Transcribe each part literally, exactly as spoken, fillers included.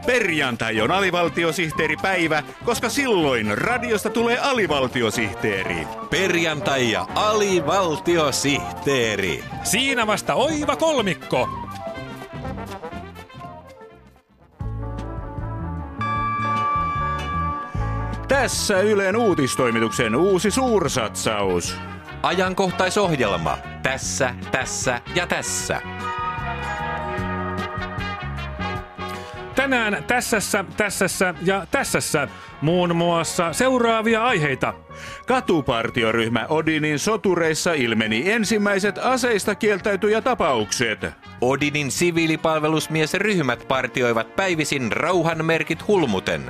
Perjantai on alivaltiosihteeripäivä, koska silloin radiosta tulee alivaltiosihteeri. Perjantai ja alivaltiosihteeri. Siinä vasta oiva kolmikko. Tässä Ylen uutistoimituksen uusi suursatsaus. Ajankohtaisohjelma. Tässä, tässä ja tässä. Tänään tässässä, tässässä ja tässässä muun muassa seuraavia aiheita. Katupartioryhmä Odinin sotureissa ilmeni ensimmäiset aseista kieltäytyjätapaukset. Odinin siviilipalvelusmiesryhmät partioivat päivisin rauhanmerkit hulmuten.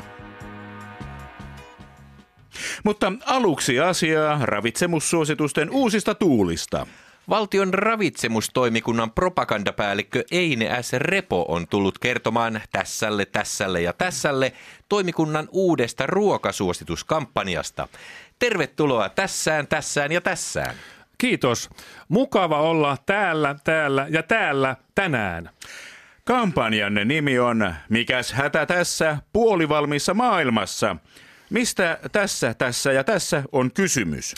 Mutta aluksi asiaa ravitsemussuositusten uusista tuulista. Valtion ravitsemustoimikunnan propagandapäällikkö Eine S. Repo on tullut kertomaan tässälle, tässälle ja tässälle toimikunnan uudesta ruokasuosituskampanjasta. Tervetuloa tässään, tässään ja tässään. Kiitos. Mukava olla täällä, täällä ja täällä tänään. Kampanjanne nimi on Mikäs hätä tässä puolivalmiissa maailmassa? Mistä tässä, tässä ja tässä on kysymys?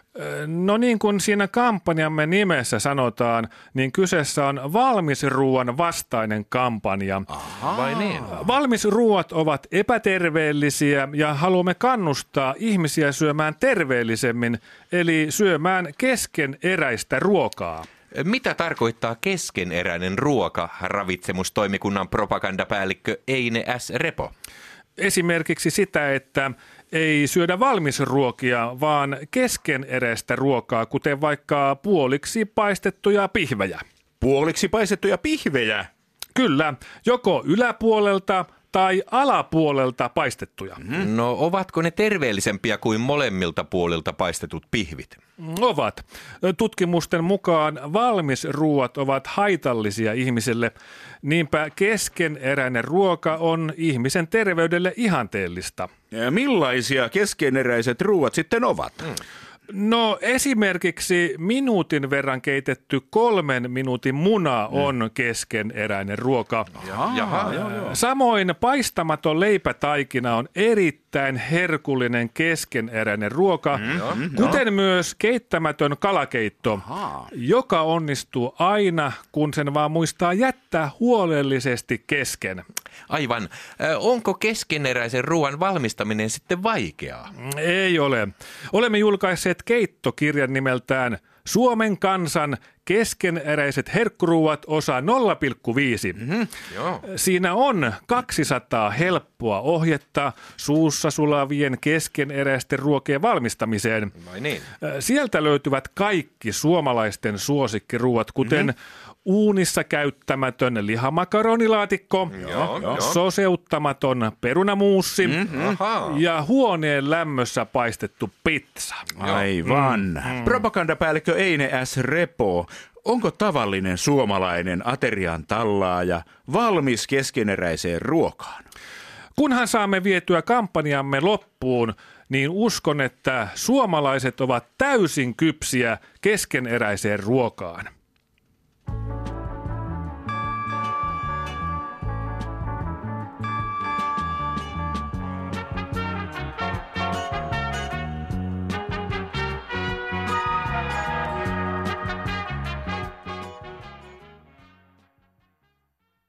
No niin kuin siinä kampanjamme nimessä sanotaan, niin kyseessä on valmisruuan vastainen kampanja. Aha. Vai niin? Valmisruuat ovat epäterveellisiä ja haluamme kannustaa ihmisiä syömään terveellisemmin, eli syömään keskeneräistä ruokaa. Mitä tarkoittaa keskeneräinen ruoka, ravitsemustoimikunnan propagandapäällikkö Eine S. Repo? Esimerkiksi sitä, että ei syödä valmisruokia, vaan keskeneräistä ruokaa, kuten vaikka puoliksi paistettuja pihvejä. Puoliksi paistettuja pihvejä? Kyllä, joko yläpuolelta tai alapuolelta paistettuja. Mm-hmm. No ovatko ne terveellisempiä kuin molemmilta puolilta paistetut pihvit? Ovat. Tutkimusten mukaan valmisruuat ovat haitallisia ihmiselle. Niinpä keskeneräinen ruoka on ihmisen terveydelle ihanteellista. Ja millaisia keskeneräiset ruuat sitten ovat? Mm. No esimerkiksi minuutin verran keitetty kolmen minuutin muna on keskeneräinen ruoka. Jaha, jaha, joo, joo. Samoin paistamaton leipätaikina on erittäin herkullinen keskeneräinen ruoka, mm, kuten no. myös keittämätön kalakeitto, Aha. joka onnistuu aina, kun sen vaan muistaa jättää huolellisesti kesken. Aivan. Onko keskeneräisen ruoan valmistaminen sitten vaikeaa? Ei ole. Olemme julkaisseet keittokirjan nimeltään Suomen kansan keskeneräiset herkkuruuat osa nolla pilkku viisi. Mm-hmm. Siinä on kaksisataa helppoa ohjetta suussa sulavien keskeneräisten ruokien valmistamiseen. Vai niin? Sieltä löytyvät kaikki suomalaisten suosikkiruuat, kuten mm-hmm. uunissa käyttämätön lihamakaroniilaatikko, Joo, soseuttamaton perunamuussi mm-hmm. ja huoneen lämmössä paistettu pizza. Aivan. Mm-hmm. Propagandapäällikkö Eine S. Repo, onko tavallinen suomalainen aterian tallaaja valmis keskeneräiseen ruokaan? Kunhan saamme vietyä kampanjamme loppuun, niin uskon, että suomalaiset ovat täysin kypsiä keskeneräiseen ruokaan.